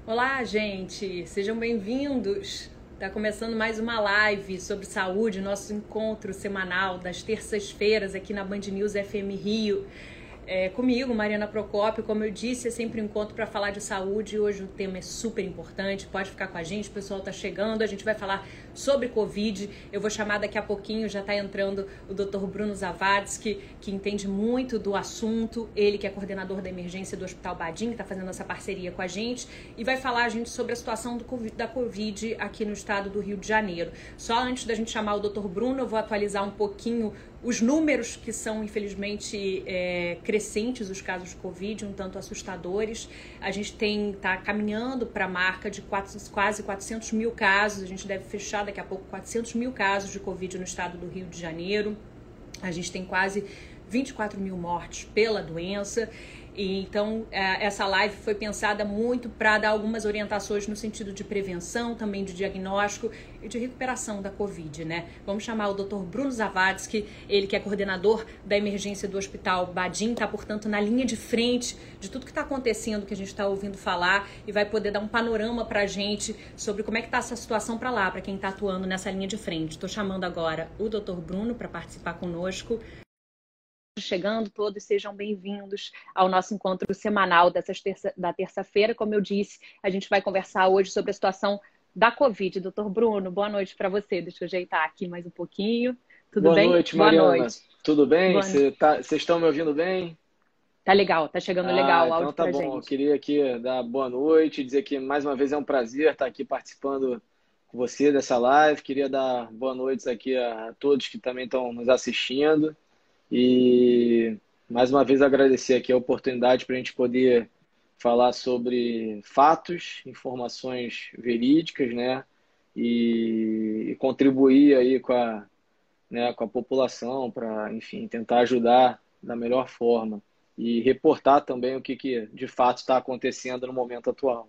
Olá, gente! Sejam bem-vindos! Está começando mais uma live sobre saúde, nosso encontro semanal das terças-feiras aqui na Band News FM Rio. Comigo, Mariana Procópio, como eu disse, é sempre um encontro para falar de saúde. Hoje o tema é super importante, pode ficar com a gente, o pessoal está chegando, a gente vai falar sobre Covid. Eu vou chamar daqui a pouquinho, já está entrando o Dr. Bruno Zavadski, que entende muito do assunto, ele que é coordenador da emergência do Hospital Badim, que está fazendo essa parceria com a gente, e vai falar a gente sobre a situação da Covid aqui no estado do Rio de Janeiro. Só antes da gente chamar o Dr. Bruno, eu vou atualizar um pouquinho os números que são, infelizmente, crescentes, os casos de Covid, um tanto assustadores. A gente está caminhando para a marca de quase 400 mil casos. A gente deve fechar daqui a pouco 400 mil casos de Covid no estado do Rio de Janeiro. A gente tem quase 24 mil mortes pela doença. E então, essa live foi pensada muito para dar algumas orientações no sentido de prevenção, também de diagnóstico e de recuperação da Covid, né? Vamos chamar o Dr. Bruno Zavadski, ele que é coordenador da emergência do Hospital Badim, está, portanto, na linha de frente de tudo que está acontecendo, que a gente está ouvindo falar, e vai poder dar um panorama para a gente sobre como é que está essa situação para lá, para quem está atuando nessa linha de frente. Estou chamando agora o Dr. Bruno para participar conosco. Chegando, todos sejam bem-vindos ao nosso encontro semanal da terça-feira. Como eu disse, a gente vai conversar hoje sobre a situação da Covid. Doutor Bruno, boa noite para você. Deixa eu ajeitar aqui mais um pouquinho. Tudo Boa bem? noite, Boa Mariana. noite. Tudo bem? Boa noite. Vocês estão me ouvindo bem? Tá legal, tá chegando legal o Então áudio tá pra bom. Eu gente. queria aqui dar boa noite, dizer que mais uma vez é um prazer estar aqui participando com você dessa live. Queria dar boa noite aqui a todos que também estão nos assistindo e mais uma vez agradecer aqui a oportunidade para a gente poder falar sobre fatos, informações verídicas, né? E contribuir aí com a população para, enfim, tentar ajudar da melhor forma e reportar também o que de fato está acontecendo no momento atual.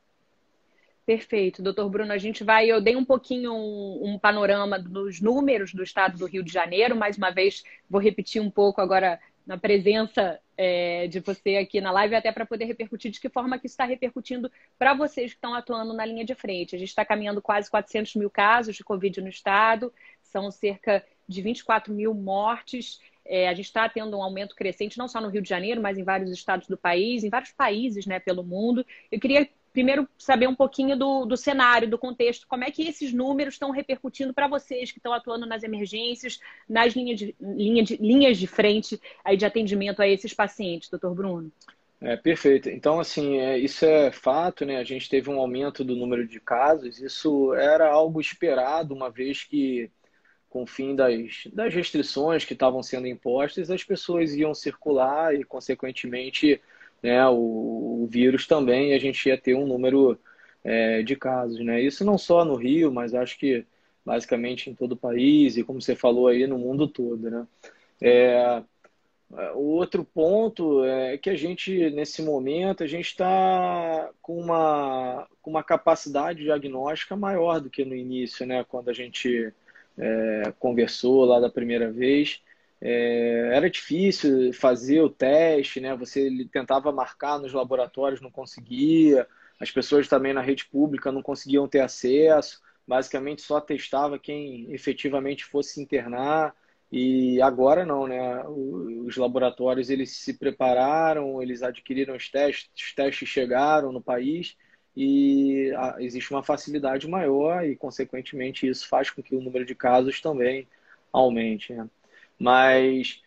Perfeito, doutor Bruno. Eu dei um pouquinho um panorama dos números do estado do Rio de Janeiro. Mais uma vez, vou repetir um pouco agora na presença de você aqui na live, até para poder repercutir de que forma que isso está repercutindo para vocês que estão atuando na linha de frente. A gente está caminhando quase 400 mil casos de Covid no estado, são cerca de 24 mil mortes. A gente está tendo um aumento crescente, não só no Rio de Janeiro, mas em vários estados do país, em vários países, né, pelo mundo. Eu queria primeiro saber um pouquinho do cenário, do contexto, como é que esses números estão repercutindo para vocês que estão atuando nas emergências, nas linhas de frente aí de atendimento a esses pacientes, doutor Bruno? Perfeito. Então, assim, isso é fato, né? A gente teve um aumento do número de casos. Isso era algo esperado, uma vez que, com o fim das restrições que estavam sendo impostas, as pessoas iam circular e, consequentemente, né, o vírus também, e a gente ia ter um número de casos, né? Isso não só no Rio, mas acho que basicamente em todo o país e, como você falou aí, no mundo todo, né? É, o outro ponto é que a gente, nesse momento, a gente está com uma capacidade diagnóstica maior do que no início, né? Quando a gente conversou lá da primeira vez. Era difícil fazer o teste, né? Você tentava marcar nos laboratórios, não conseguia. As pessoas também na rede pública não conseguiam ter acesso. Basicamente só testava quem efetivamente fosse se internar. E agora não, né? Os laboratórios eles se prepararam, eles adquiriram os testes chegaram no país e existe uma facilidade maior e, consequentemente, isso faz com que o número de casos também aumente, né? Mas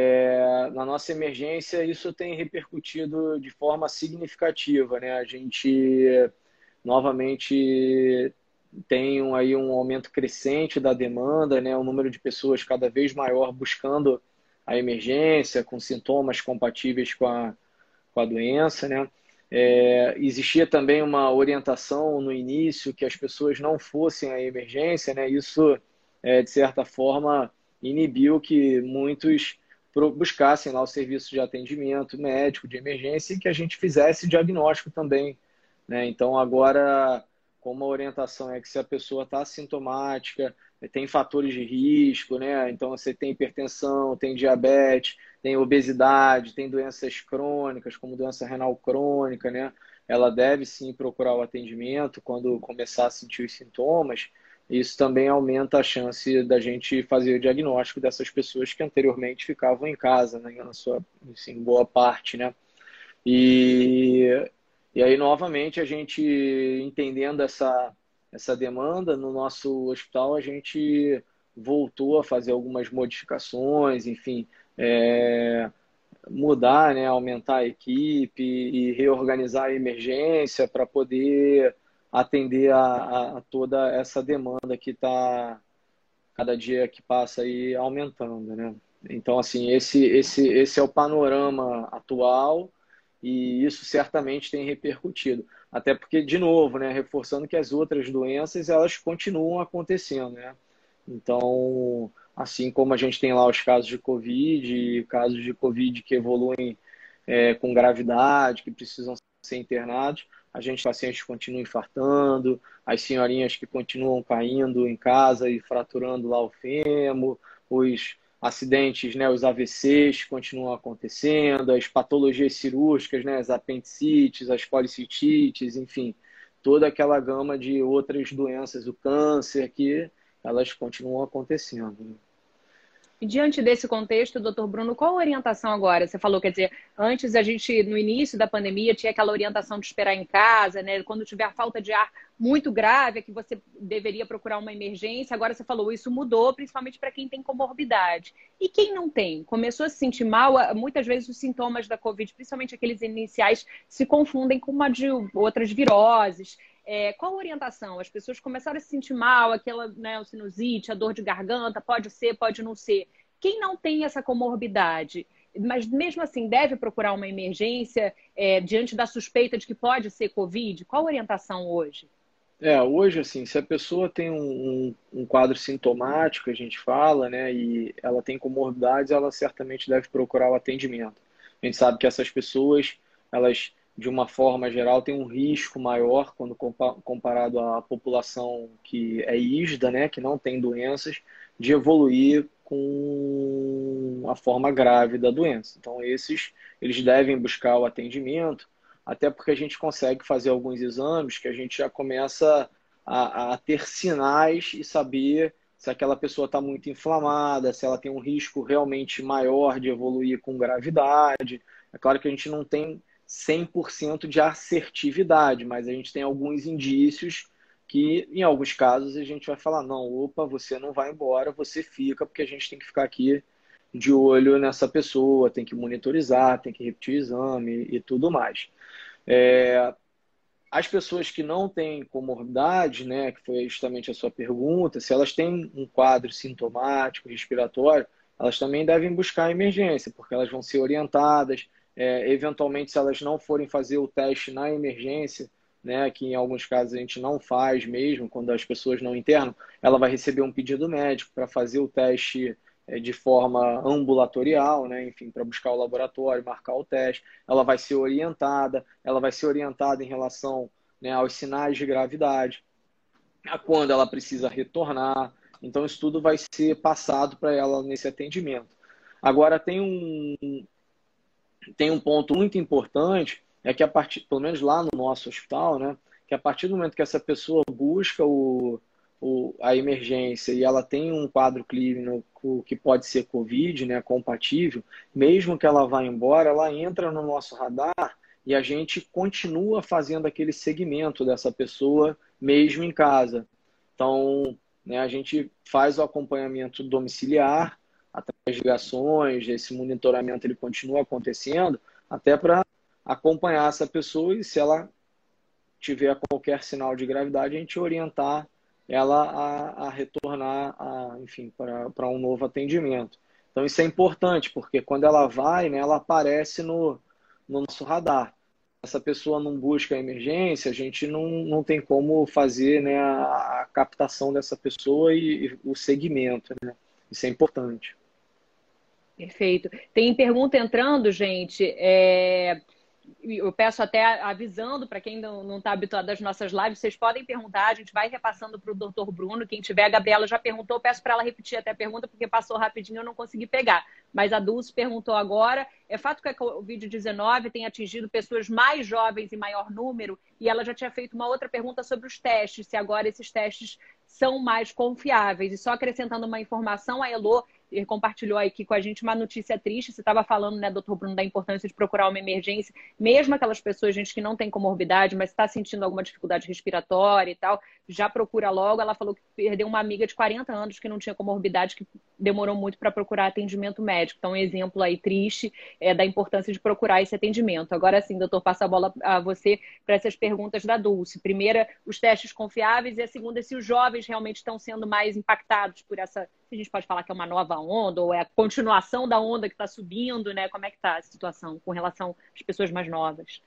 na nossa emergência isso tem repercutido de forma significativa, né? A gente novamente tem aí um aumento crescente da demanda, né? Um número de pessoas cada vez maior buscando a emergência, com sintomas compatíveis com a doença, né? Existia também uma orientação no início que as pessoas não fossem à emergência, né? Isso, de certa forma, inibiu que muitos buscassem lá o serviço de atendimento médico de emergência e que a gente fizesse diagnóstico também, né? Então, agora, como a orientação é que se a pessoa está sintomática, tem fatores de risco, né? Então você tem hipertensão, tem diabetes, tem obesidade, tem doenças crônicas, como doença renal crônica, né? Ela deve sim procurar o atendimento quando começar a sentir os sintomas. Isso também aumenta a chance da gente fazer o diagnóstico dessas pessoas que anteriormente ficavam em casa, né? Na sua, assim, boa parte, né? E, e aí, novamente, a gente entendendo essa demanda, no nosso hospital, a gente voltou a fazer algumas modificações, enfim, é, mudar, né, aumentar a equipe e reorganizar a emergência para poder atender a toda essa demanda que está, cada dia que passa aí, aumentando, né? Então, assim, esse é o panorama atual e isso certamente tem repercutido. Até porque, de novo, né, reforçando que as outras doenças, elas continuam acontecendo, né? Então, assim como a gente tem lá os casos de Covid, e casos de Covid que evoluem com gravidade, que precisam ser internados, a gente, pacientes continuam infartando, as senhorinhas que continuam caindo em casa e fraturando lá o fêmur, os acidentes, né, os AVCs continuam acontecendo, as patologias cirúrgicas, né, as apendicites, as policitites, enfim, toda aquela gama de outras doenças, o câncer, que elas continuam acontecendo, né? E diante desse contexto, doutor Bruno, qual a orientação agora? Você falou, quer dizer, antes a gente, no início da pandemia, tinha aquela orientação de esperar em casa, né? Quando tiver falta de ar muito grave, é que você deveria procurar uma emergência. Agora você falou, isso mudou, principalmente para quem tem comorbidade. E quem não tem? Começou a se sentir mal, muitas vezes os sintomas da Covid, principalmente aqueles iniciais, se confundem com uma de outras viroses. Qual a orientação? As pessoas começaram a se sentir mal, aquela, né, sinusite, a dor de garganta, pode ser, pode não ser. Quem não tem essa comorbidade, mas mesmo assim deve procurar uma emergência diante da suspeita de que pode ser Covid? Qual a orientação hoje? Hoje, assim, se a pessoa tem um quadro sintomático, a gente fala, né, e ela tem comorbidades, ela certamente deve procurar o atendimento. A gente sabe que essas pessoas, elas, de uma forma geral, têm um risco maior quando comparado à população que é isda, né, que não tem doenças, de evoluir com a forma grave da doença. Então, eles devem buscar o atendimento, até porque a gente consegue fazer alguns exames que a gente já começa a ter sinais e saber se aquela pessoa está muito inflamada, se ela tem um risco realmente maior de evoluir com gravidade. É claro que a gente não tem 100% de assertividade, mas a gente tem alguns indícios que, em alguns casos, a gente vai falar, não, opa, você não vai embora, você fica, porque a gente tem que ficar aqui de olho nessa pessoa, tem que monitorizar, tem que repetir o exame e tudo mais. As pessoas que não têm comorbidade, né, que foi justamente a sua pergunta, se elas têm um quadro sintomático, respiratório, elas também devem buscar a emergência, porque elas vão ser orientadas. Eventualmente, se elas não forem fazer o teste na emergência, né, que em alguns casos a gente não faz mesmo, quando as pessoas não internam, ela vai receber um pedido médico para fazer o teste de forma ambulatorial, né, enfim, para buscar o laboratório, marcar o teste. Ela vai ser orientada em relação, né, aos sinais de gravidade, a quando ela precisa retornar. Então, isso tudo vai ser passado para ela nesse atendimento. Agora, tem um ponto muito importante, é que pelo menos lá no nosso hospital, né, que a partir do momento que essa pessoa busca a emergência e ela tem um quadro clínico que pode ser COVID, né, compatível, mesmo que ela vá embora, ela entra no nosso radar e a gente continua fazendo aquele segmento dessa pessoa mesmo em casa. Então, né, a gente faz o acompanhamento domiciliar, através de ligações, esse monitoramento ele continua acontecendo, até para acompanhar essa pessoa e se ela tiver qualquer sinal de gravidade, a gente orientar ela a retornar, enfim, para um novo atendimento. Então, isso é importante, porque quando ela vai, né, ela aparece no nosso radar. Essa pessoa não busca a emergência, a gente não tem como fazer, né, a captação dessa pessoa e o segmento, né? Isso é importante. Perfeito. Tem pergunta entrando, gente. eu peço até avisando para quem não está habituado às nossas lives, vocês podem perguntar, a gente vai repassando para o doutor Bruno. Quem tiver, a Gabriela já perguntou, peço para ela repetir até a pergunta, porque passou rapidinho, eu não consegui pegar. Mas a Dulce perguntou agora. É fato que a Covid-19 tem atingido pessoas mais jovens em maior número, e ela já tinha feito uma outra pergunta sobre os testes, se agora esses testes são mais confiáveis. E só acrescentando uma informação, a Elô compartilhou aqui com a gente uma notícia triste. Você estava falando, né, doutor Bruno, da importância de procurar uma emergência, mesmo aquelas pessoas, gente que não tem comorbidade, mas está sentindo alguma dificuldade respiratória e tal, já procura logo. Ela falou que perdeu uma amiga de 40 anos que não tinha comorbidade, que demorou muito para procurar atendimento médico. Então, um exemplo aí triste da importância de procurar esse atendimento. Agora sim, doutor, passo a bola a você para essas perguntas da Dulce. Primeira, os testes confiáveis, e a segunda, se os jovens realmente estão sendo mais impactados por essa, se a gente pode falar que é uma nova onda, ou é a continuação da onda que está subindo, né? Como é que está a situação com relação às pessoas mais novas?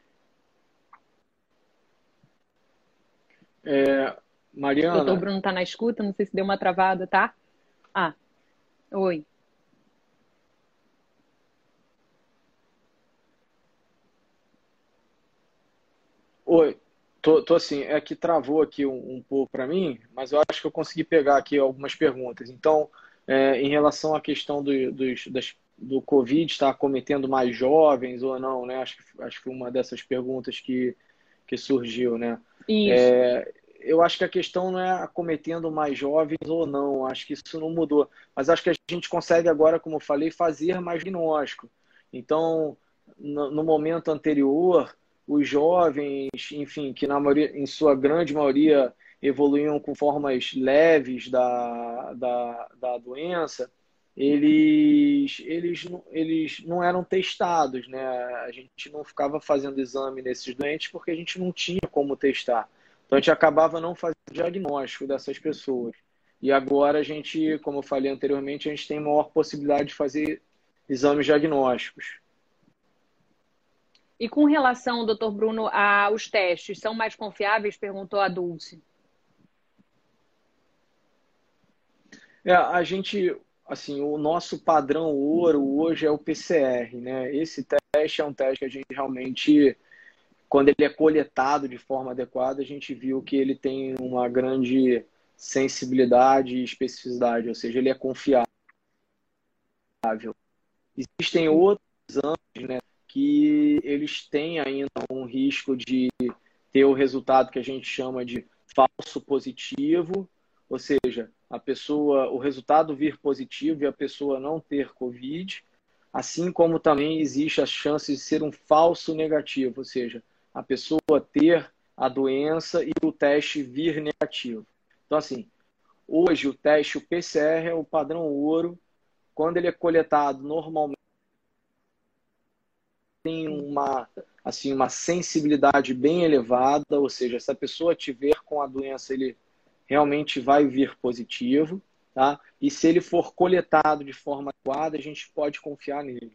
Mariana... Doutor Bruno está na escuta, não sei se deu uma travada, tá? Oi. Oi, tô assim, é que travou aqui um pouco para mim, mas eu acho que eu consegui pegar aqui algumas perguntas. Então, em relação à questão do Covid estar cometendo mais jovens ou não, né? Acho que foi uma dessas perguntas que surgiu, né? Isso. Eu acho que a questão não é acometendo mais jovens ou não, acho que isso não mudou. Mas acho que a gente consegue agora, como eu falei, fazer mais diagnóstico. Então, no momento anterior, os jovens, enfim, que em sua grande maioria evoluíam com formas leves da doença, eles não eram testados, né? A gente não ficava fazendo exame nesses doentes porque a gente não tinha como testar. Então, a gente acabava não fazendo diagnóstico dessas pessoas. E agora a gente, como eu falei anteriormente, a gente tem maior possibilidade de fazer exames diagnósticos. E com relação, doutor Bruno, aos testes, são mais confiáveis? Perguntou a Dulce. A gente, assim, o nosso padrão ouro hoje é o PCR, né? Esse teste é um teste que a gente realmente, quando ele é coletado de forma adequada, a gente viu que ele tem uma grande sensibilidade e especificidade, ou seja, ele é confiável. Existem outros exames, né, que eles têm ainda um risco de ter o resultado que a gente chama de falso positivo, ou seja, o resultado vir positivo e a pessoa não ter Covid, assim como também existe a chance de ser um falso negativo, ou seja, a pessoa ter a doença e o teste vir negativo. Então, assim, hoje o teste, o PCR é o padrão ouro. Quando ele é coletado normalmente, tem uma sensibilidade bem elevada, ou seja, se a pessoa tiver com a doença, ele realmente vai vir positivo, tá? E se ele for coletado de forma adequada, a gente pode confiar nele.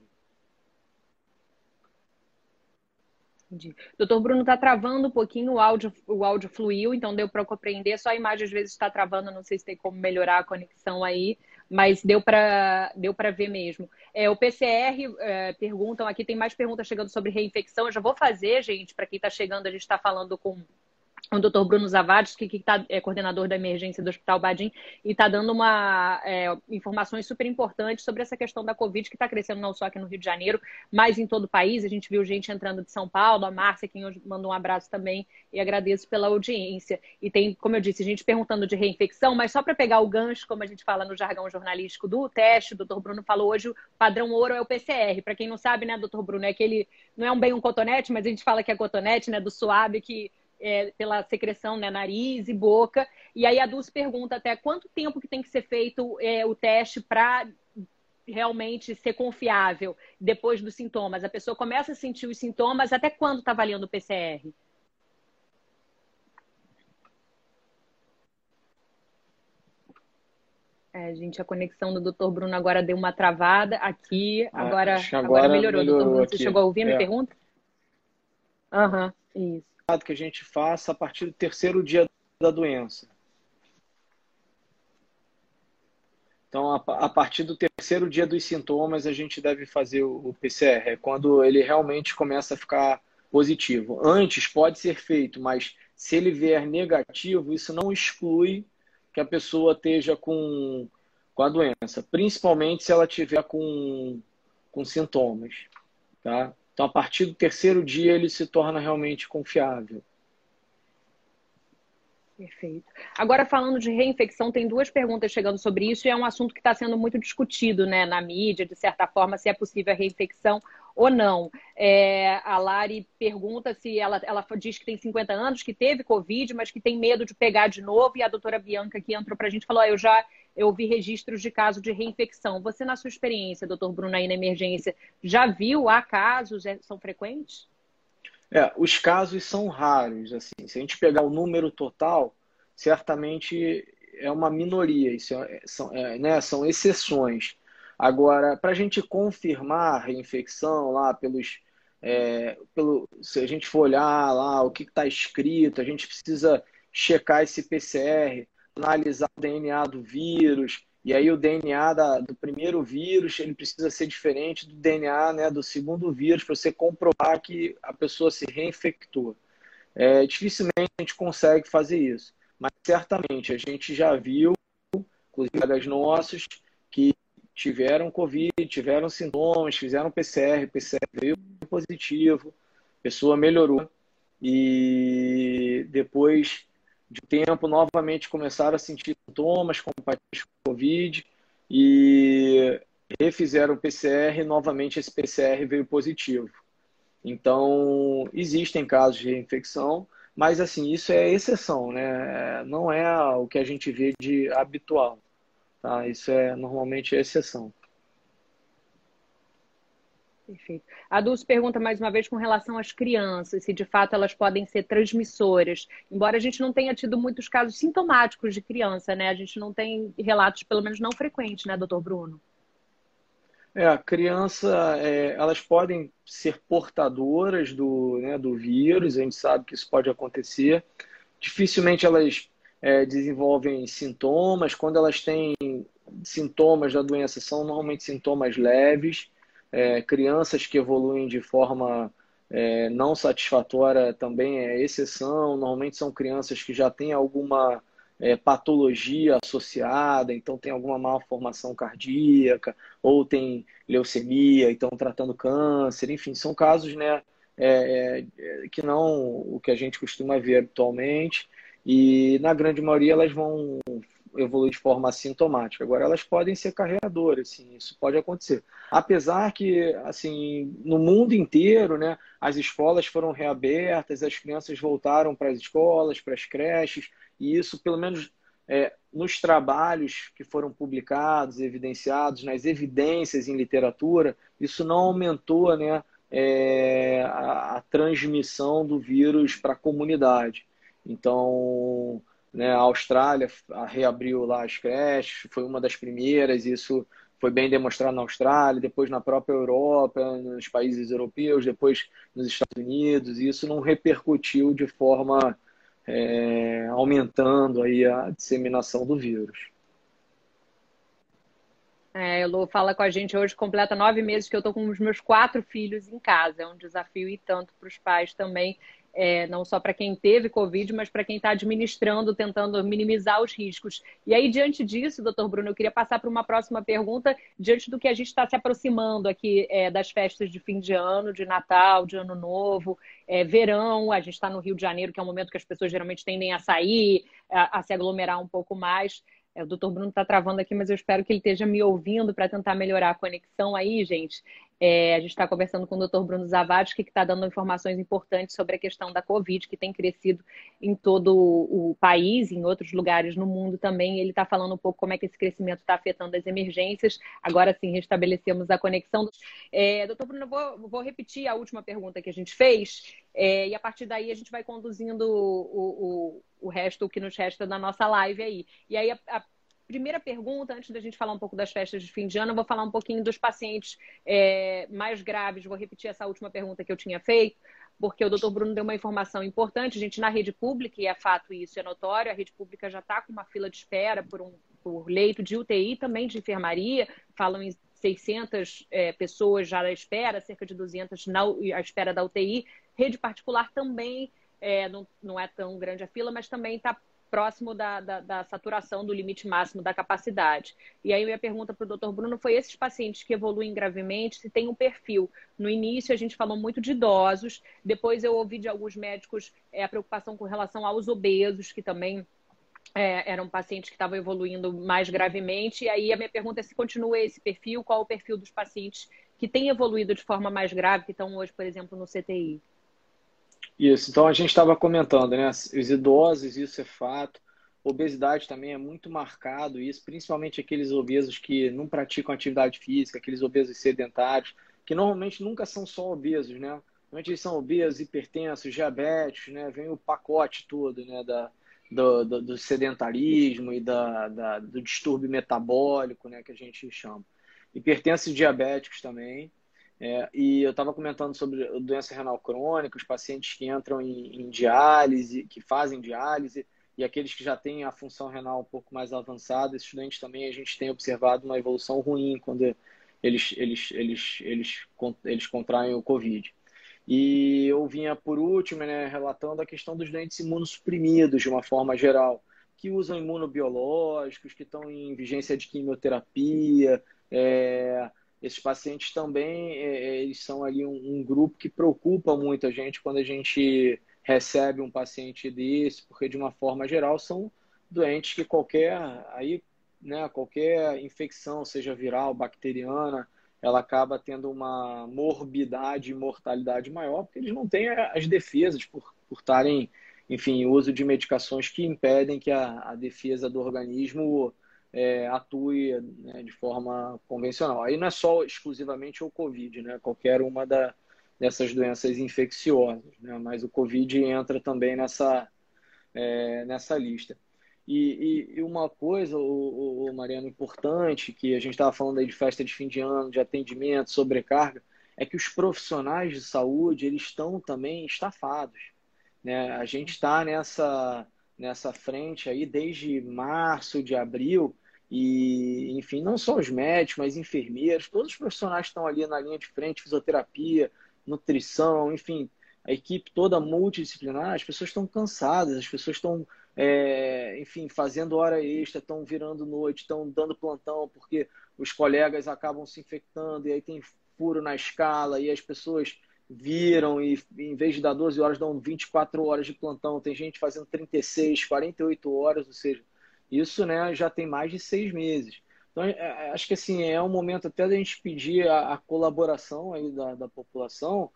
Entendi. Doutor Bruno, está travando um pouquinho, o áudio fluiu, então deu para compreender, só a imagem às vezes está travando, não sei se tem como melhorar a conexão aí, mas deu para ver mesmo. O PCR, perguntam aqui, tem mais perguntas chegando sobre reinfecção, eu já vou fazer, gente, para quem está chegando, a gente está falando com o doutor Bruno Zavades, que é coordenador da emergência do Hospital Badim, e está dando informações super importantes sobre essa questão da Covid, que está crescendo não só aqui no Rio de Janeiro, mas em todo o país. A gente viu gente entrando de São Paulo, a Márcia, quem hoje mandou um abraço também, e agradeço pela audiência. E tem, como eu disse, gente perguntando de reinfecção, mas só para pegar o gancho, como a gente fala no jargão jornalístico do teste, o doutor Bruno falou hoje, o padrão ouro é o PCR. Para quem não sabe, né, doutor Bruno, é aquele, não é bem um cotonete, mas a gente fala que é cotonete, né, do suave, que pela secreção, né, nariz e boca. E aí a Dulce pergunta até quanto tempo que tem que ser feito o teste para realmente ser confiável depois dos sintomas. A pessoa começa a sentir os sintomas, até quando está valendo o PCR? Gente, a conexão do Dr. Bruno agora deu uma travada aqui. Agora melhorou. Dr. Bruno, aqui. Você chegou a ouvir a minha pergunta? Aham, isso. Que a gente faça a partir do terceiro dia da doença. Então, a partir do terceiro dia dos sintomas, a gente deve fazer o PCR. É quando ele realmente começa a ficar positivo. Antes pode ser feito, mas se ele vier negativo, isso não exclui que a pessoa esteja com a doença, principalmente se ela tiver com sintomas, tá? Então, a partir do terceiro dia, ele se torna realmente confiável. Perfeito. Agora, falando de reinfecção, tem duas perguntas chegando sobre isso e é um assunto que está sendo muito discutido, né, na mídia, de certa forma, se é possível a reinfecção ou não. A Lari pergunta se ela diz que tem 50 anos, que teve Covid, mas que tem medo de pegar de novo, e a doutora Bianca, que entrou para a gente, falou, eu vi registros de caso de reinfecção. Você, na sua experiência, doutor Bruno, aí na emergência, já viu, há casos, são frequentes? Os casos são raros, assim, se a gente pegar o número total, certamente é uma minoria, são exceções. Agora, para a gente confirmar a reinfecção lá se a gente for olhar lá o que está escrito, a gente precisa checar esse PCR, analisar o DNA do vírus, e aí o DNA do primeiro vírus, ele precisa ser diferente do DNA, né, do segundo vírus, para você comprovar que a pessoa se reinfectou. Dificilmente a gente consegue fazer isso, mas certamente a gente já viu, inclusive colegas nossos, que tiveram Covid, tiveram sintomas, fizeram PCR, o PCR veio positivo, a pessoa melhorou e depois de um tempo novamente começaram a sentir sintomas compatíveis com Covid e refizeram o PCR e novamente esse PCR veio positivo. Então, existem casos de reinfecção, mas assim, isso é exceção, né? Não é o que a gente vê de habitual, tá? Isso normalmente é exceção. Perfeito. A Dulce pergunta mais uma vez com relação às crianças, se de fato elas podem ser transmissoras. Embora a gente não tenha tido muitos casos sintomáticos de criança, né? A gente não tem relatos, pelo menos não frequentes, né, doutor Bruno? A criança, elas podem ser portadoras do vírus, a gente sabe que isso pode acontecer. Dificilmente elas desenvolvem sintomas. Quando elas têm sintomas da doença, são normalmente sintomas leves. Crianças que evoluem de forma não satisfatória também é exceção. Normalmente são crianças que já têm alguma patologia associada, então tem alguma malformação cardíaca, ou tem leucemia, então tratando câncer, enfim, são casos, né, que não o que a gente costuma ver habitualmente, e na grande maioria elas vão evoluir de forma assintomática. Agora, elas podem ser carreadoras, sim, isso pode acontecer. Apesar que, assim, no mundo inteiro, né, as escolas foram reabertas, as crianças voltaram para as escolas, para as creches, e isso, pelo menos nos trabalhos que foram publicados, evidenciados, nas evidências em literatura, isso não aumentou, né, a transmissão do vírus para a comunidade. Então, né, a Austrália reabriu lá as creches, foi uma das primeiras, isso foi bem demonstrado na Austrália, depois na própria Europa, nos países europeus, depois nos Estados Unidos, e isso não repercutiu de forma aumentando aí a disseminação do vírus. Elô fala com a gente hoje, completa 9 meses que eu estou com os meus 4 filhos em casa. É um desafio e tanto para os pais também, não só para quem teve Covid, mas para quem está administrando, tentando minimizar os riscos. E aí, diante disso, doutor Bruno, eu queria passar para uma próxima pergunta, diante do que a gente está se aproximando aqui das festas de fim de ano, de Natal, de Ano Novo, verão, a gente está no Rio de Janeiro, que é um momento que as pessoas geralmente tendem a sair, a se aglomerar um pouco mais. O doutor Bruno está travando aqui, mas eu espero que ele esteja me ouvindo para tentar melhorar a conexão aí, gente. A gente está conversando com o doutor Bruno Zavadis, que está dando informações importantes sobre a questão da Covid, que tem crescido em todo o país, em outros lugares no mundo também. Ele está falando um pouco como é que esse crescimento está afetando as emergências. Agora sim, restabelecemos a conexão. Doutor Bruno, eu vou repetir a última pergunta que a gente fez, e a partir daí a gente vai conduzindo o resto, o que nos resta da nossa live aí. E aí, a primeira pergunta, antes da gente falar um pouco das festas de fim de ano, eu vou falar um pouquinho dos pacientes mais graves. Vou repetir essa última pergunta que eu tinha feito, porque o doutor Bruno deu uma informação importante. A gente, na rede pública, e é fato isso, é notório, a rede pública já está com uma fila de espera por leito de UTI, também de enfermaria, falam em 600 pessoas já à espera, cerca de 200 à espera da UTI. Rede particular também não é tão grande a fila, mas também está próximo da saturação do limite máximo da capacidade. E aí minha pergunta para o doutor Bruno foi: esses pacientes que evoluem gravemente, se tem um perfil? No início a gente falou muito de idosos, depois eu ouvi de alguns médicos a preocupação com relação aos obesos, que também eram pacientes que estavam evoluindo mais gravemente. E aí a minha pergunta é se continua esse perfil, qual o perfil dos pacientes que têm evoluído de forma mais grave, que estão hoje, por exemplo, no CTI? Isso, então a gente estava comentando, né? Os idosos, isso é fato. Obesidade também é muito marcado, isso, principalmente aqueles obesos que não praticam atividade física, aqueles obesos sedentários, que normalmente nunca são só obesos, né? Normalmente eles são obesos, hipertensos, diabéticos, né? Vem o pacote todo, né? Do sedentarismo e do distúrbio metabólico, né? Que a gente chama. Hipertensos e diabéticos também. E eu estava comentando sobre doença renal crônica, os pacientes que entram em diálise, que fazem diálise, e aqueles que já têm a função renal um pouco mais avançada, esses doentes também a gente tem observado uma evolução ruim quando eles contraem o Covid. E eu vinha por último, né, relatando a questão dos doentes imunossuprimidos de uma forma geral, que usam imunobiológicos, que estão em vigência de quimioterapia. Esses pacientes também, eles são ali um grupo que preocupa muito a gente quando a gente recebe um paciente desse, porque de uma forma geral são doentes que qualquer infecção, seja viral, bacteriana, ela acaba tendo uma morbidade e mortalidade maior, porque eles não têm as defesas por estarem, enfim, em uso de medicações que impedem que a defesa do organismo atue, né, de forma convencional. Aí não é só exclusivamente o Covid, né? Qualquer uma dessas doenças infecciosas, né? Mas o Covid entra também nessa lista. E uma coisa, Mariano, importante, que a gente estava falando aí de festa de fim de ano, de atendimento, sobrecarga, é que os profissionais de saúde, eles estão também estafados, né? A gente está nessa frente aí desde março, de abril, e, enfim, não só os médicos, mas enfermeiros, todos os profissionais que estão ali na linha de frente, fisioterapia, nutrição, enfim, a equipe toda multidisciplinar, as pessoas estão cansadas, as pessoas estão, enfim, fazendo hora extra, estão virando noite, estão dando plantão, porque os colegas acabam se infectando, e aí tem furo na escala, e as pessoas viram e, em vez de dar 12 horas, dão 24 horas de plantão. Tem gente fazendo 36, 48 horas, ou seja, isso, né, já tem mais de 6 meses. Então, acho que assim, é um momento até da gente pedir a colaboração aí da população,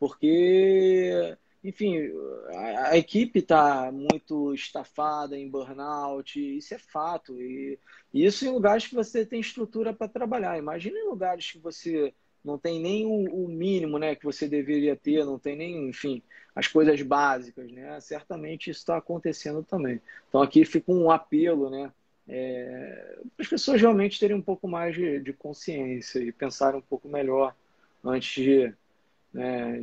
porque, enfim, a equipe está muito estafada em burnout, isso é fato. E isso em lugares que você tem estrutura para trabalhar. Imagina em lugares que você não tem nem o mínimo, né, que você deveria ter, não tem nem, enfim, as coisas básicas, né? Certamente isso está acontecendo também. Então aqui fica um apelo, né, para as pessoas realmente terem um pouco mais de consciência e pensarem um pouco melhor antes né,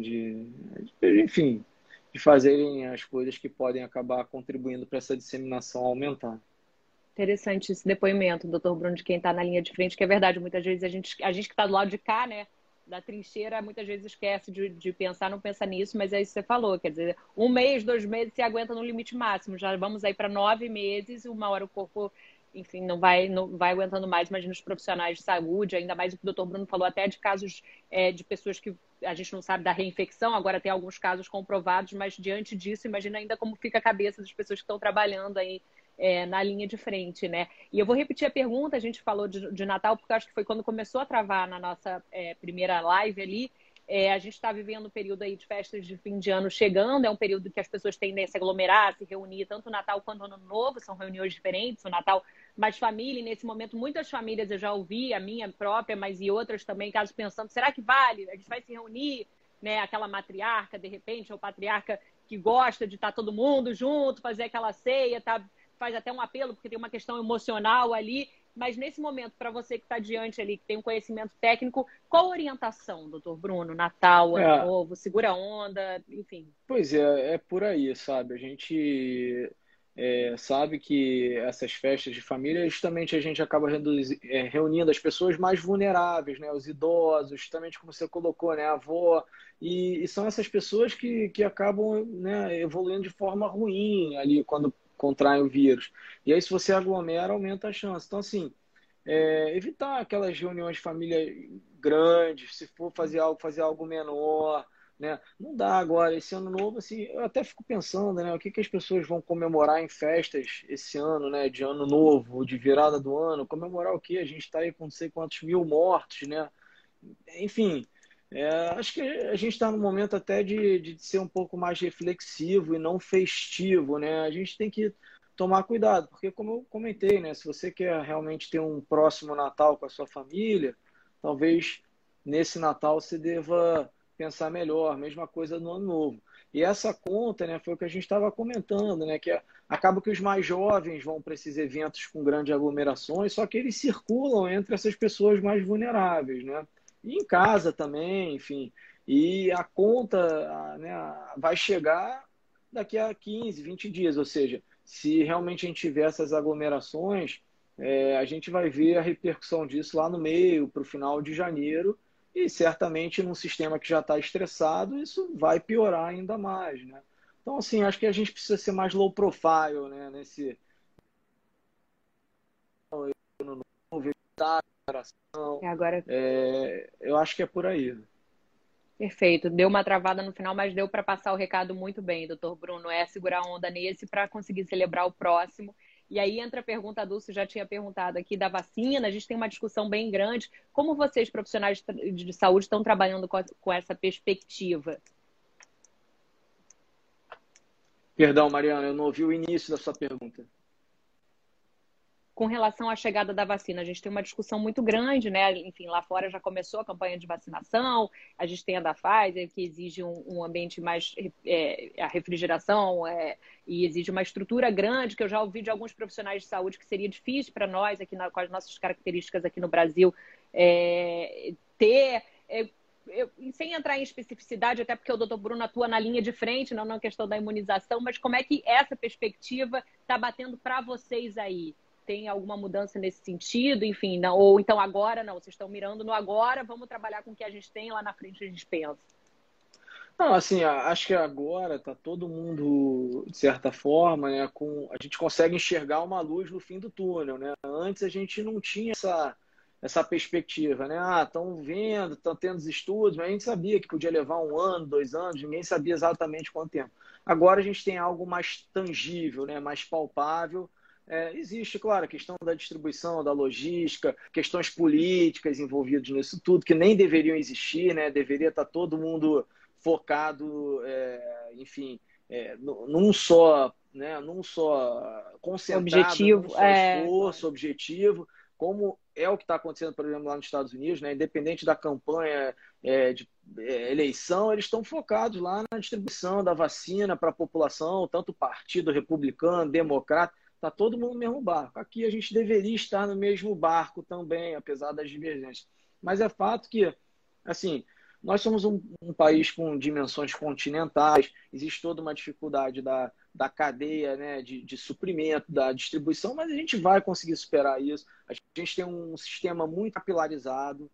enfim, de fazerem as coisas que podem acabar contribuindo para essa disseminação aumentar. Interessante esse depoimento, doutor Bruno, de quem está na linha de frente, que é verdade, muitas vezes a gente que está do lado de cá, né, da trincheira, muitas vezes esquece de pensar, não pensa nisso, mas é isso que você falou, quer dizer, 1 mês, 2 meses se aguenta no limite máximo, já vamos aí para 9 meses, uma hora o corpo, enfim, não vai aguentando mais. Imagina os profissionais de saúde, ainda mais o que o doutor Bruno falou, até de casos de pessoas que a gente não sabe da reinfecção, agora tem alguns casos comprovados, mas diante disso, imagina ainda como fica a cabeça das pessoas que estão trabalhando aí na linha de frente, né? E eu vou repetir a pergunta, a gente falou de Natal, porque eu acho que foi quando começou a travar na nossa primeira live ali. A gente está vivendo um período aí de festas de fim de ano chegando, é um período que as pessoas tendem a se aglomerar, se reunir, tanto o Natal quanto o Ano Novo, são reuniões diferentes, o Natal mais família, e nesse momento muitas famílias eu já ouvi, a minha própria, mas e outras também, casos pensando, será que vale? A gente vai se reunir, né? Aquela matriarca, de repente, ou patriarca que gosta de estar todo mundo junto, fazer aquela ceia, tá? Faz até um apelo, porque tem uma questão emocional ali. Mas nesse momento, para você que está diante ali, que tem um conhecimento técnico, qual a orientação, doutor Bruno? Natal, Ano Novo, segura a onda, enfim. Pois é por aí, sabe? A gente sabe que essas festas de família, justamente a gente acaba reunindo as pessoas mais vulneráveis, né? Os idosos, justamente como você colocou, né? A avó, e são essas pessoas que acabam, né, evoluindo de forma ruim ali quando contraem o vírus. E aí, se você aglomera, aumenta a chance. Então, assim, evitar aquelas reuniões de família grandes, se for fazer algo menor, né? Não dá agora, esse ano novo, assim, eu até fico pensando, né, o que que as pessoas vão comemorar em festas esse ano, né, de ano novo, de virada do ano, comemorar o quê? A gente está aí com não sei quantos mil mortos, né? Enfim, acho que a gente está no momento até de ser um pouco mais reflexivo e não festivo, né? A gente tem que tomar cuidado, porque como eu comentei, né? Se você quer realmente ter um próximo Natal com a sua família, talvez nesse Natal você deva pensar melhor, mesma coisa no Ano Novo. E essa conta, né, foi o que a gente estava comentando, né? Acaba que os mais jovens vão para esses eventos com grandes aglomerações, só que eles circulam entre essas pessoas mais vulneráveis, né? E em casa também, enfim. E a conta, né, vai chegar daqui a 15, 20 dias. Ou seja, se realmente a gente tiver essas aglomerações, a gente vai ver a repercussão disso lá no meio, para o final de janeiro. E certamente num sistema que já está estressado, isso vai piorar ainda mais, né? Então, assim, acho que a gente precisa ser mais low profile, né? Nesse evitar a É, agora, eu acho que é por aí. perfeito. Deu uma travada no final, mas deu para passar o recado muito bem, doutor Bruno. É segurar a onda nesse para conseguir celebrar o próximo. E aí entra a pergunta, a Dulce já tinha perguntado aqui da vacina. A gente tem uma discussão bem grande. Como vocês, profissionais de saúde, estão trabalhando com essa perspectiva? Perdão, Mariana, eu não ouvi o início da sua pergunta. Com relação à chegada da vacina, a gente tem uma discussão muito grande, né? Enfim, lá fora já começou a campanha de vacinação, a gente tem a da Pfizer, que exige um ambiente mais, a refrigeração, e exige uma estrutura grande, que eu já ouvi de alguns profissionais de saúde que seria difícil para nós, aqui com as nossas características aqui no Brasil, ter. Sem entrar em especificidade, até porque o doutor Bruno atua na linha de frente, não na questão da imunização, mas como é que essa perspectiva está batendo para vocês aí? Tem alguma mudança nesse sentido? Enfim, não, ou então agora não, vocês estão mirando no agora, vamos trabalhar com o que a gente tem, lá na frente a gente pensa. Não, assim, acho que agora está todo mundo, de certa forma, né, a gente consegue enxergar uma luz no fim do túnel, né? Antes a gente não tinha essa perspectiva, né? Ah, estão vendo, estão tendo os estudos, mas a gente sabia que podia levar 1 ano, 2 anos, ninguém sabia exatamente quanto tempo. Agora a gente tem algo mais tangível, né, mais palpável. Existe, claro, a questão da distribuição, da logística, questões políticas envolvidas nisso tudo, que nem deveriam existir, né? Deveria estar todo mundo focado, enfim, num só, né? Num só, concentrado num Objetivo, só esforço, claro. objetivo, como é o que está acontecendo, por exemplo, lá nos Estados Unidos, né? Independente da campanha de eleição, eles estão focados lá na distribuição da vacina para a população, tanto partido republicano, democrata. Está todo mundo no mesmo barco. Aqui a gente deveria estar no mesmo barco também, apesar das divergências. Mas é fato que, assim, nós somos um país com dimensões continentais, existe toda uma dificuldade da cadeia, né, de suprimento, da distribuição, mas a gente vai conseguir superar isso. A gente tem um sistema muito capilarizado,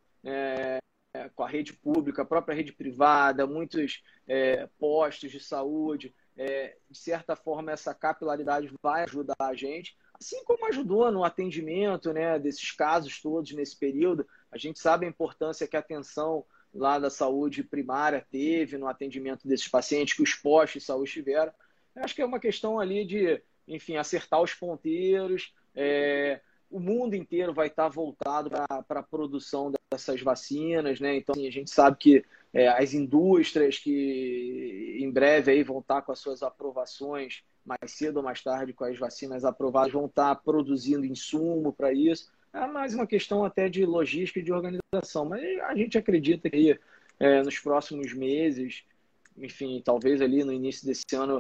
com a rede pública, a própria rede privada, muitos postos de saúde. De certa forma, essa capilaridade vai ajudar a gente, assim como ajudou no atendimento, né, desses casos todos nesse período. A gente sabe a importância que a atenção lá da saúde primária teve no atendimento desses pacientes, que os postos de saúde tiveram. Eu acho que é uma questão ali de, enfim, acertar os ponteiros. O mundo inteiro vai estar voltado para a produção dessas vacinas, né? Então, assim, a gente sabe que as indústrias que em breve aí vão estar com as suas aprovações, mais cedo ou mais tarde, com as vacinas aprovadas, vão estar produzindo insumo para isso. É mais uma questão até de logística e de organização, mas a gente acredita que nos próximos meses, enfim, talvez ali no início desse ano,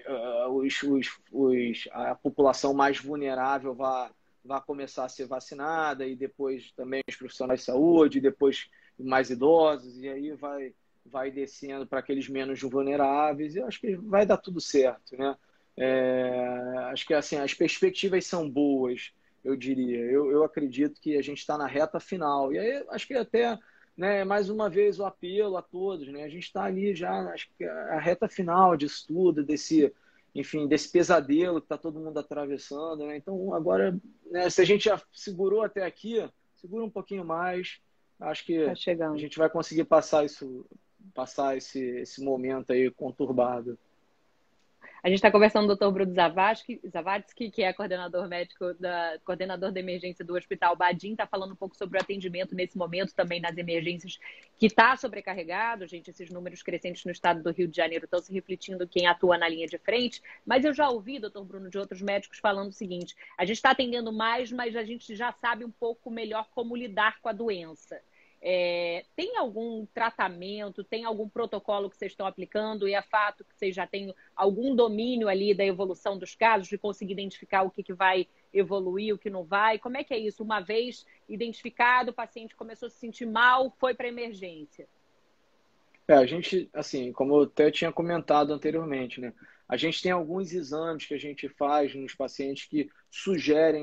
a população mais vulnerável vai começar a ser vacinada, e depois também os profissionais de saúde, e depois mais idosos, e aí vai descendo para aqueles menos vulneráveis, e eu acho que vai dar tudo certo, né? Acho que assim, as perspectivas são boas, eu diria. Eu acredito que a gente está na reta final. E aí, acho que até, né, mais uma vez, o apelo a todos, né? A gente está ali já, acho que a reta final disso tudo, enfim, desse pesadelo que está todo mundo atravessando, né? Então, agora, né, se a gente já segurou até aqui, segura um pouquinho mais. Acho que Tá a chegando. gente vai conseguir passar esse momento aí conturbado. A gente está conversando com o Dr. Bruno Zavadski, que é coordenador da emergência do Hospital Badim, está falando um pouco sobre o atendimento nesse momento também nas emergências, que está sobrecarregado, gente, esses números crescentes no estado do Rio de Janeiro estão se refletindo quem atua na linha de frente, mas eu já ouvi, doutor Bruno, de outros médicos falando o seguinte, a gente está atendendo mais, mas a gente já sabe um pouco melhor como lidar com a doença. Tem algum tratamento, tem algum protocolo que vocês estão aplicando e é fato que vocês já têm algum domínio ali da evolução dos casos, de conseguir identificar o que vai evoluir, o que não vai? Como é que é isso? Uma vez identificado, o paciente começou a se sentir mal, foi para a emergência. A gente, assim, como eu até tinha comentado anteriormente, né? A gente tem alguns exames que a gente faz nos pacientes que sugerem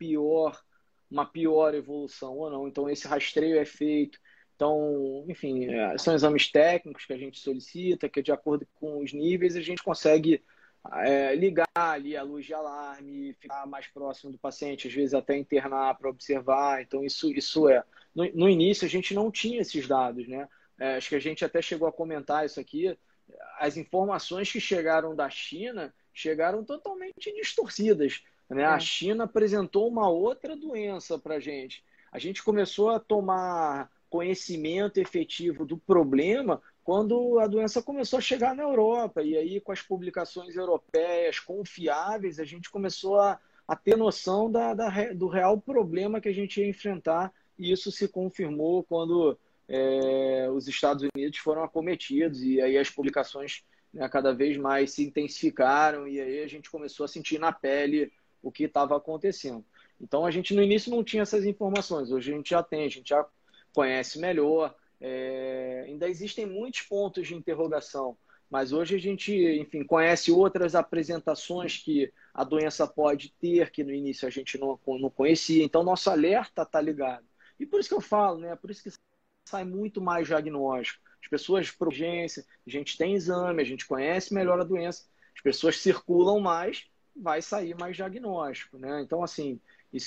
uma pior evolução ou não. Então, esse rastreio é feito. Então, enfim, são exames técnicos que a gente solicita, que de acordo com os níveis a gente consegue ligar ali a luz de alarme, ficar mais próximo do paciente, às vezes até internar para observar. Então, isso é. No início, a gente não tinha esses dados, né? Acho que a gente até chegou a comentar isso aqui. As informações que chegaram da China chegaram totalmente distorcidas, né? A China apresentou uma outra doença para a gente. A gente começou a tomar conhecimento efetivo do problema quando a doença começou a chegar na Europa. E aí, com as publicações europeias confiáveis, a gente começou a ter noção do real problema que a gente ia enfrentar. E isso se confirmou quando os Estados Unidos foram acometidos. E aí as publicações, né, cada vez mais se intensificaram. E aí a gente começou a sentir na pele o que estava acontecendo. Então, a gente no início não tinha essas informações. Hoje a gente já tem, a gente já conhece melhor. Ainda existem muitos pontos de interrogação, mas hoje a gente, enfim, conhece outras apresentações que a doença pode ter, que no início a gente não conhecia. Então, nosso alerta está ligado. E por isso que eu falo, né? Por isso que sai muito mais diagnóstico. As pessoas por urgência, a gente tem exame, a gente conhece melhor a doença, as pessoas circulam mais, vai sair mais diagnóstico, né? Então, assim,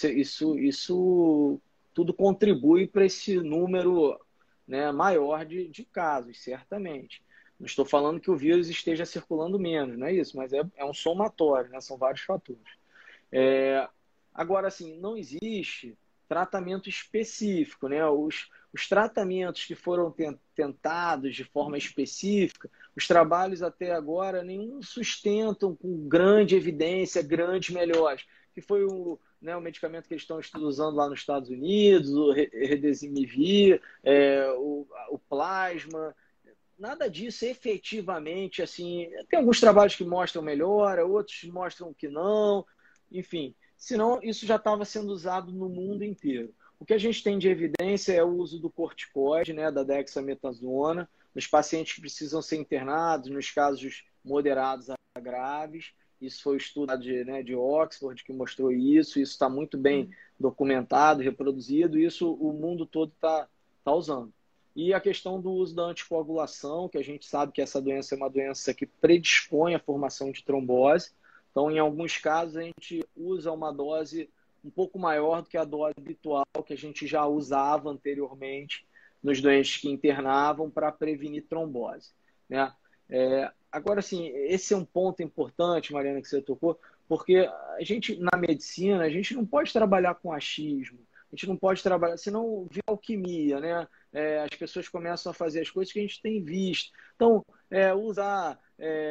isso tudo contribui para esse número, né, maior de casos, certamente. Não estou falando que o vírus esteja circulando menos, não é isso, mas é um somatório, né? São vários fatores. Agora, assim, não existe tratamento específico, né? Os tratamentos que foram tentados de forma específica, os trabalhos até agora nenhum sustentam com grande evidência, grandes melhores, que foi o medicamento que eles estão usando lá nos Estados Unidos, o Remdesivir, o plasma. Nada disso efetivamente, assim, tem alguns trabalhos que mostram melhora, outros mostram que não, enfim, senão isso já estava sendo usado no mundo inteiro. O que a gente tem de evidência é o uso do corticoide, né, da dexametasona, nos pacientes que precisam ser internados, nos casos moderados a graves. Isso foi o estudo de Oxford que mostrou isso está muito bem documentado, reproduzido, isso o mundo todo está usando. E a questão do uso da anticoagulação, que a gente sabe que essa doença é uma doença que predispõe à formação de trombose. Então, em alguns casos, a gente usa uma dose um pouco maior do que a dose habitual que a gente já usava anteriormente nos doentes que internavam para prevenir trombose, né? Agora, assim, esse é um ponto importante, Mariana, que você tocou, porque a gente, na medicina, a gente não pode trabalhar com achismo, a gente não pode trabalhar, senão vira alquimia, né? As pessoas começam a fazer as coisas que a gente tem visto. Então, usar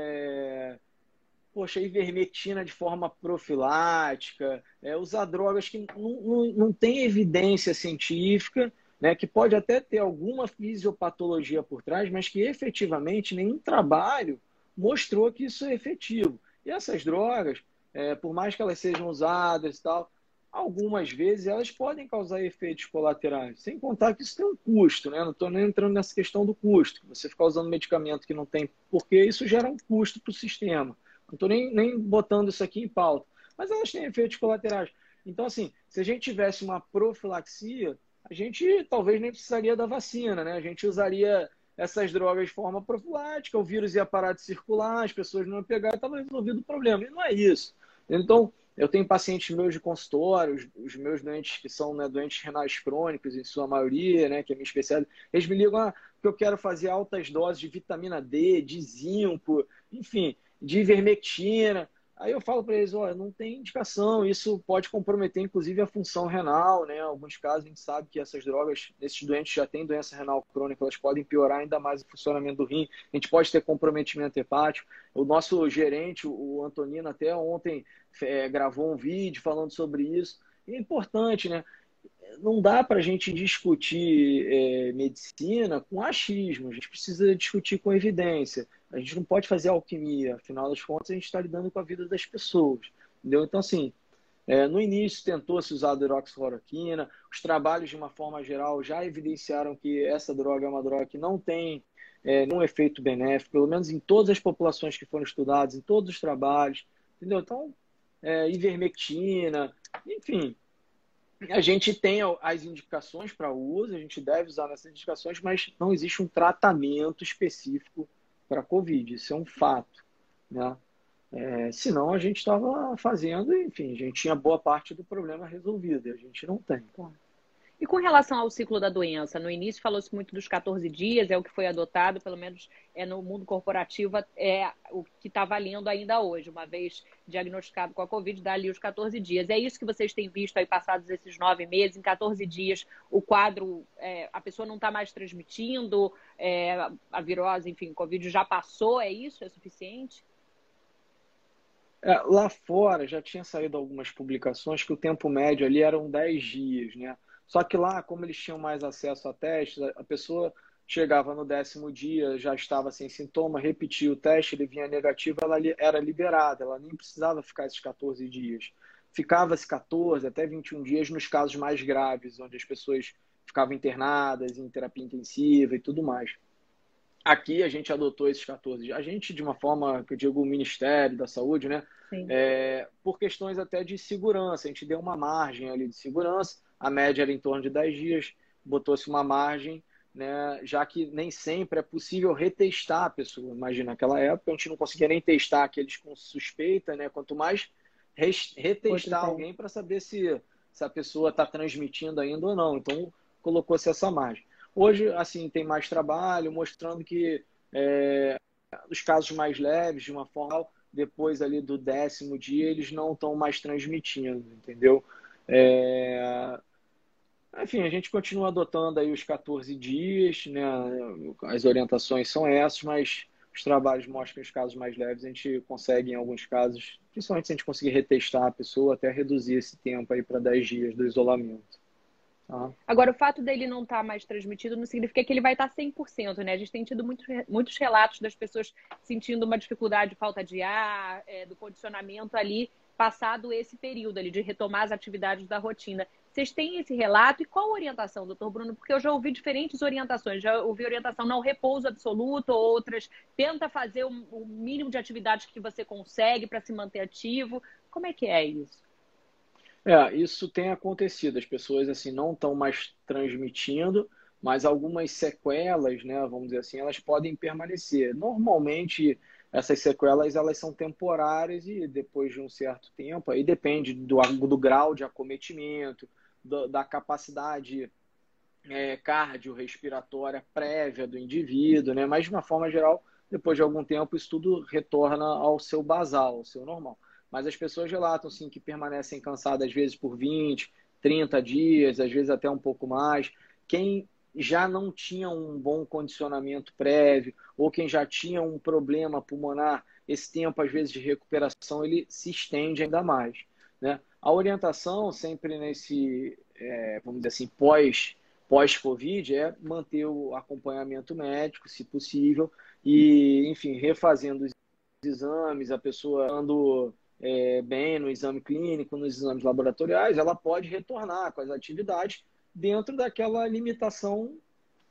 ivermectina de forma profilática, usar drogas que não tem evidência científica, né, que pode até ter alguma fisiopatologia por trás, mas que efetivamente nenhum trabalho mostrou que isso é efetivo. E essas drogas, por mais que elas sejam usadas e tal, algumas vezes elas podem causar efeitos colaterais, sem contar que isso tem um custo, né? Não estou nem entrando nessa questão do custo. Você ficar usando medicamento que não tem porquê, isso gera um custo para o sistema. Não estou nem botando isso aqui em pauta, mas elas têm efeitos colaterais. Então, assim, se a gente tivesse uma profilaxia, a gente talvez nem precisaria da vacina, né? A gente usaria essas drogas de forma profilática, o vírus ia parar de circular, as pessoas não iam pegar, estava resolvido o problema. E não é isso. Então, eu tenho pacientes meus de consultório, os meus doentes que são, né, doentes renais crônicos, em sua maioria, né, que é minha especialidade, eles me ligam, que eu quero fazer altas doses de vitamina D, de zinco, enfim, de ivermectina. Aí eu falo para eles, olha, não tem indicação, isso pode comprometer inclusive a função renal, né? Em alguns casos a gente sabe que essas drogas, esses doentes já têm doença renal crônica, elas podem piorar ainda mais o funcionamento do rim, a gente pode ter comprometimento hepático. O nosso gerente, o Antonino, até ontem gravou um vídeo falando sobre isso. E é importante, né? Não dá para a gente discutir medicina com achismo, a gente precisa discutir com evidência. A gente não pode fazer alquimia, afinal das contas, a gente está lidando com a vida das pessoas. Entendeu? Então, assim, no início tentou-se usar a hidroxicloroquina, os trabalhos, de uma forma geral, já evidenciaram que essa droga é uma droga que não tem nenhum efeito benéfico, pelo menos em todas as populações que foram estudadas, em todos os trabalhos. Entendeu? Então, ivermectina, enfim. A gente tem as indicações para uso, a gente deve usar nessas indicações, mas não existe um tratamento específico para a Covid. Isso é um fato, né? Senão a gente estava fazendo, enfim, a gente tinha boa parte do problema resolvido e a gente não tem. E com relação ao ciclo da doença, no início falou-se muito dos 14 dias, é o que foi adotado, pelo menos no mundo corporativo, é o que está valendo ainda hoje, uma vez diagnosticado com a Covid, dá ali os 14 dias. É isso que vocês têm visto aí passados esses 9 meses, em 14 dias o quadro, a pessoa não está mais transmitindo, a virose, enfim, o Covid já passou, é isso? É suficiente? Lá fora já tinha saído algumas publicações que o tempo médio ali eram 10 dias, né? Só que lá, como eles tinham mais acesso a testes, a pessoa chegava no 10º dia, já estava sem sintoma, repetia o teste, ele vinha negativo, ela era liberada, ela nem precisava ficar esses 14 dias. Ficava-se 14 até 21 dias nos casos mais graves, onde as pessoas ficavam internadas em terapia intensiva e tudo mais. Aqui a gente adotou esses 14 dias. A gente, de uma forma, que eu digo, o Ministério da Saúde, né? Por questões até de segurança. A gente deu uma margem ali de segurança. A média era em torno de 10 dias. Botou-se uma margem, né? Já que nem sempre é possível retestar a pessoa. Imagina, naquela época a gente não conseguia nem testar aqueles com suspeita, né? Quanto mais retestar alguém para saber se a pessoa está transmitindo ainda ou não. Então, colocou-se essa margem. Hoje, assim, tem mais trabalho, mostrando que os casos mais leves, de uma forma, depois ali do 10º dia, eles não estão mais transmitindo, entendeu? Enfim, a gente continua adotando aí os 14 dias, né? As orientações são essas, mas os trabalhos mostram que os casos mais leves a gente consegue, em alguns casos, principalmente se a gente conseguir retestar a pessoa, até reduzir esse tempo aí para 10 dias do isolamento. Agora, o fato dele não estar mais transmitido não significa que ele vai estar 100%, né? A gente tem tido muitos relatos das pessoas sentindo uma dificuldade, falta de ar, do condicionamento ali, passado esse período ali de retomar as atividades da rotina. Vocês têm esse relato? E qual a orientação, doutor Bruno? Porque eu já ouvi diferentes orientações. Já ouvi orientação não repouso absoluto, outras tenta fazer o mínimo de atividades que você consegue para se manter ativo. Como é que é isso? Isso tem acontecido. As pessoas assim não estão mais transmitindo, mas algumas sequelas, né, vamos dizer assim, elas podem permanecer. Normalmente, essas sequelas elas são temporárias e depois de um certo tempo, aí depende do grau de acometimento, da capacidade cardiorrespiratória prévia do indivíduo, né? Mas de uma forma geral, depois de algum tempo, isso tudo retorna ao seu basal, ao seu normal. Mas as pessoas relatam, sim, que permanecem cansadas às vezes por 20, 30 dias, às vezes até um pouco mais. Quem já não tinha um bom condicionamento prévio ou quem já tinha um problema pulmonar, esse tempo, às vezes, de recuperação, ele se estende ainda mais, né? A orientação sempre nesse, vamos dizer assim, pós-Covid é manter o acompanhamento médico, se possível, e, enfim, refazendo os exames, a pessoa andando bem no exame clínico, nos exames laboratoriais, ela pode retornar com as atividades dentro daquela limitação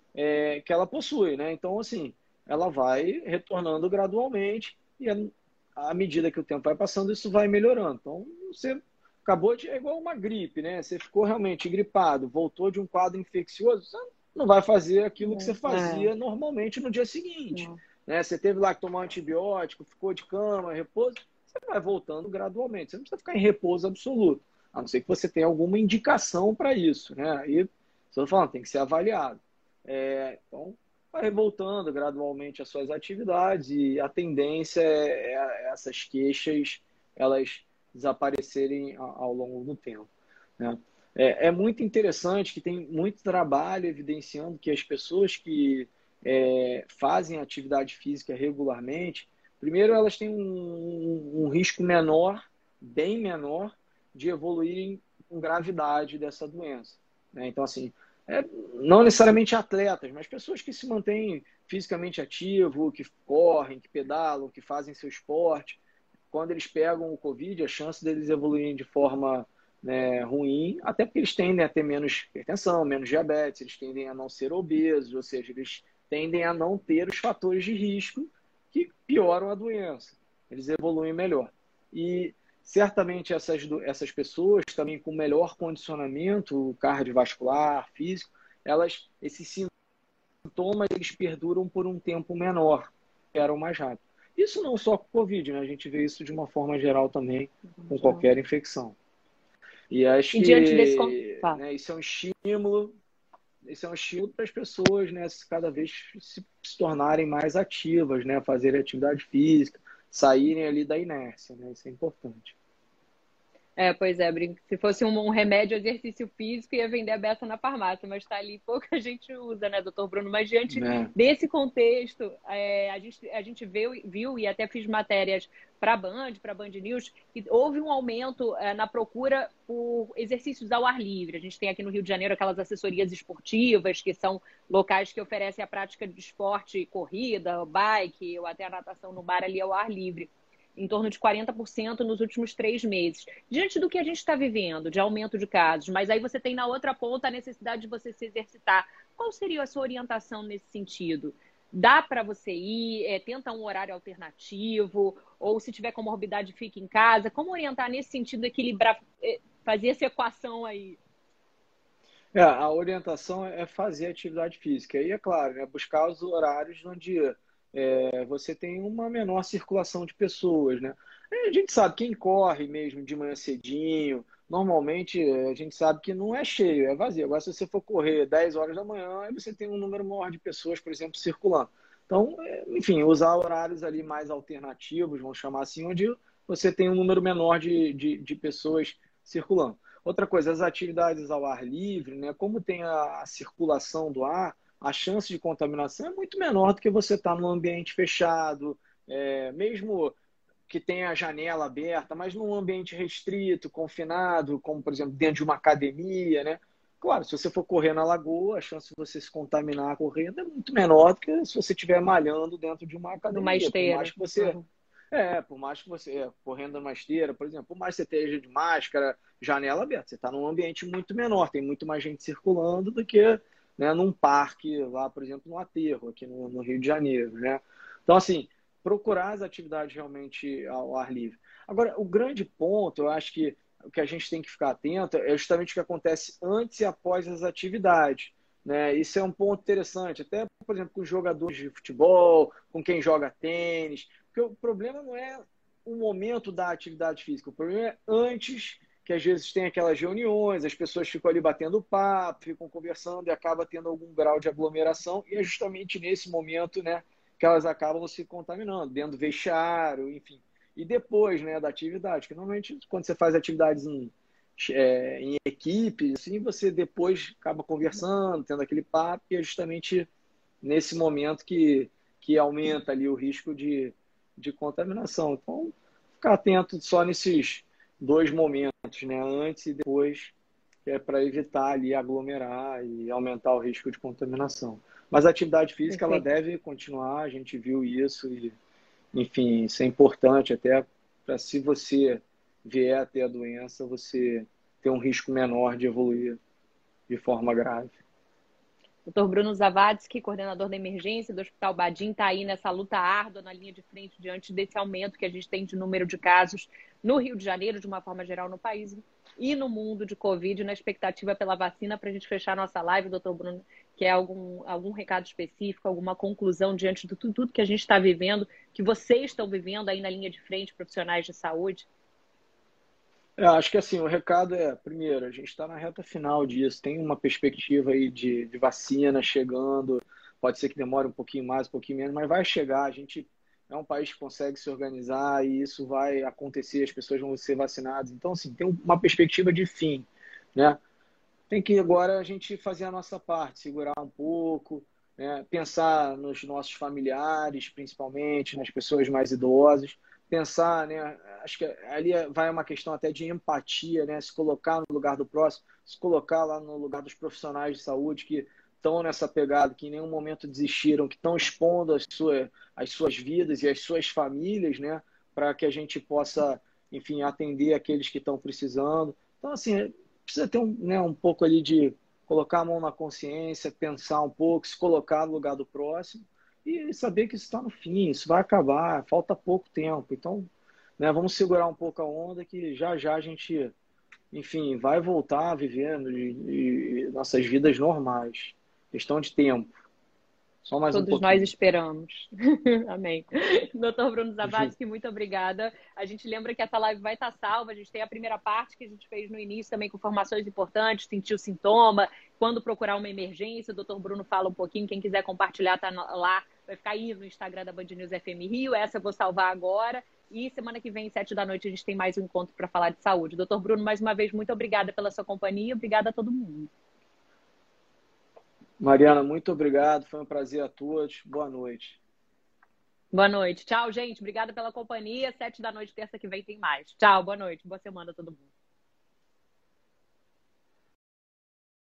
que ela possui, né? Então, assim, ela vai retornando gradualmente e à medida que o tempo vai passando, isso vai melhorando. Então, você acabou de... É igual uma gripe, né? Você ficou realmente gripado, voltou de um quadro infeccioso, você não vai fazer aquilo que você fazia normalmente no dia seguinte. Né? Você teve lá que tomar um antibiótico, ficou de cama, repouso, você vai voltando gradualmente. Você não precisa ficar em repouso absoluto, a não ser que você tenha alguma indicação para isso, né? Aí, estou falando, tem que ser avaliado. Então, vai voltando gradualmente às suas atividades e a tendência é essas queixas elas desaparecerem ao longo do tempo, né? É muito interessante que tem muito trabalho evidenciando que as pessoas que fazem atividade física regularmente, primeiro elas têm um risco menor, bem menor, de evoluírem com gravidade dessa doença, né? Então, assim, não necessariamente atletas, mas pessoas que se mantêm fisicamente ativos, que correm, que pedalam, que fazem seu esporte, quando eles pegam o Covid, a chance deles evoluírem de forma, né, ruim, até porque eles tendem a ter menos hipertensão, menos diabetes, eles tendem a não ser obesos, ou seja, eles tendem a não ter os fatores de risco que pioram a doença. Eles evoluem melhor. E certamente essas pessoas também com melhor condicionamento cardiovascular, físico, esses sintomas eles perduram por um tempo menor, eram mais rápido. Isso não só com o Covid, né? A gente vê isso de uma forma geral também com qualquer infecção. E acho diante desse... né, isso é um estímulo para as pessoas, né, cada vez se tornarem mais ativas, né, fazerem atividade física, saírem ali da inércia, né? Isso é importante. Pois é, se fosse um remédio exercício físico, ia vender a beça na farmácia, mas está ali, pouca gente usa, né, doutor Bruno? Mas diante desse contexto, a gente viu e até fiz matérias para a Band News, que houve um aumento na procura por exercícios ao ar livre. A gente tem aqui no Rio de Janeiro aquelas assessorias esportivas, que são locais que oferecem a prática de esporte, corrida, bike, ou até a natação no mar ali ao ar livre, em torno de 40% nos últimos 3 meses. Diante do que a gente está vivendo, de aumento de casos, mas aí você tem na outra ponta a necessidade de você se exercitar. Qual seria a sua orientação nesse sentido? Dá para você ir? Tenta um horário alternativo? Ou se tiver comorbidade, fica em casa? Como orientar nesse sentido, equilibrar, fazer essa equação aí? A orientação é fazer atividade física. E é claro, né, buscar os horários onde você tem uma menor circulação de pessoas, né? A gente sabe, quem corre mesmo de manhã cedinho, normalmente a gente sabe que não é cheio, é vazio. Agora, se você for correr 10 horas da manhã, aí você tem um número maior de pessoas, por exemplo, circulando. Então, enfim, usar horários ali mais alternativos, vamos chamar assim, onde você tem um número menor de pessoas circulando. Outra coisa, as atividades ao ar livre, né? Como tem a circulação do ar, a chance de contaminação é muito menor do que você estar num ambiente fechado, mesmo que tenha a janela aberta, mas num ambiente restrito, confinado, como, por exemplo, dentro de uma academia, né? Claro, se você for correr na lagoa, a chance de você se contaminar correndo é muito menor do que se você estiver malhando dentro de uma academia. Numa esteira. Por mais que você... por mais que você, correndo numa esteira, por exemplo, por mais que você esteja de máscara, janela aberta, você está num ambiente muito menor, tem muito mais gente circulando do que, né, num parque lá, por exemplo, no aterro, aqui no Rio de Janeiro, né? Então, assim, procurar as atividades realmente ao ar livre. Agora, o grande ponto, eu acho que o que a gente tem que ficar atento é justamente o que acontece antes e após as atividades, né? Isso é um ponto interessante, até, por exemplo, com os jogadores de futebol, com quem joga tênis, porque o problema não é o momento da atividade física, o problema é antes, que às vezes tem aquelas reuniões, as pessoas ficam ali batendo papo, ficam conversando e acaba tendo algum grau de aglomeração, e é justamente nesse momento, né, que elas acabam se contaminando, dentro do vestiário, enfim. E depois, né, da atividade, que normalmente quando você faz atividades em equipe, assim, você depois acaba conversando, tendo aquele papo, e é justamente nesse momento que aumenta ali o risco de contaminação. Então, ficar atento só nesses 2 momentos, né? Antes e depois, que é para evitar ali aglomerar e aumentar o risco de contaminação. Mas a atividade física, ela deve continuar, a gente viu isso e, enfim, isso é importante até para, se você vier a ter a doença, você ter um risco menor de evoluir de forma grave. Dr. Bruno Zavadski, coordenador da emergência do Hospital Badim, está aí nessa luta árdua na linha de frente diante desse aumento que a gente tem de número de casos no Rio de Janeiro, de uma forma geral no país e no mundo de Covid, na expectativa pela vacina. Para a gente fechar nossa live, doutor Bruno, quer algum recado específico, alguma conclusão diante de tudo que a gente está vivendo, que vocês estão vivendo aí na linha de frente, profissionais de saúde? Acho que assim, o recado é, primeiro, a gente está na reta final disso, tem uma perspectiva aí de vacina chegando, pode ser que demore um pouquinho mais, um pouquinho menos, mas vai chegar, a gente é um país que consegue se organizar e isso vai acontecer, as pessoas vão ser vacinadas. Então, assim, tem uma perspectiva de fim, né? Tem que agora a gente fazer a nossa parte, segurar um pouco, né? Pensar nos nossos familiares, principalmente, nas pessoas mais idosas, pensar, né? Acho que ali vai uma questão até de empatia, né? Se colocar no lugar do próximo, se colocar lá no lugar dos profissionais de saúde que estão nessa pegada, que em nenhum momento desistiram, que estão expondo as suas vidas e as suas famílias, né? Para que a gente possa, enfim, atender aqueles que estão precisando. Então, assim, precisa ter um pouco ali de colocar a mão na consciência, pensar um pouco, se colocar no lugar do próximo e saber que isso está no fim, isso vai acabar, falta pouco tempo. Então, né, vamos segurar um pouco a onda que já já a gente, enfim, vai voltar vivendo e nossas vidas normais. Questão de tempo. Só mais um Todos nós pouquinho. esperamos. Amém. Doutor Bruno Zavadski, muito obrigada. A gente lembra que essa live vai estar salva. A gente tem a primeira parte que a gente fez no início também com informações importantes, sentiu sintoma, quando procurar uma emergência. O doutor Bruno fala um pouquinho. Quem quiser compartilhar, tá lá. Vai ficar aí no Instagram da Band News FM Rio. Essa eu vou salvar agora. E semana que vem, 7 da noite, a gente tem mais um encontro para falar de saúde. Doutor Bruno, mais uma vez, muito obrigada pela sua companhia. Obrigada a todo mundo. Mariana, muito obrigado. Foi um prazer a todos. Boa noite. Boa noite. Tchau, gente. Obrigada pela companhia. 7 da noite, terça que vem, tem mais. Tchau, boa noite. Boa semana a todo mundo.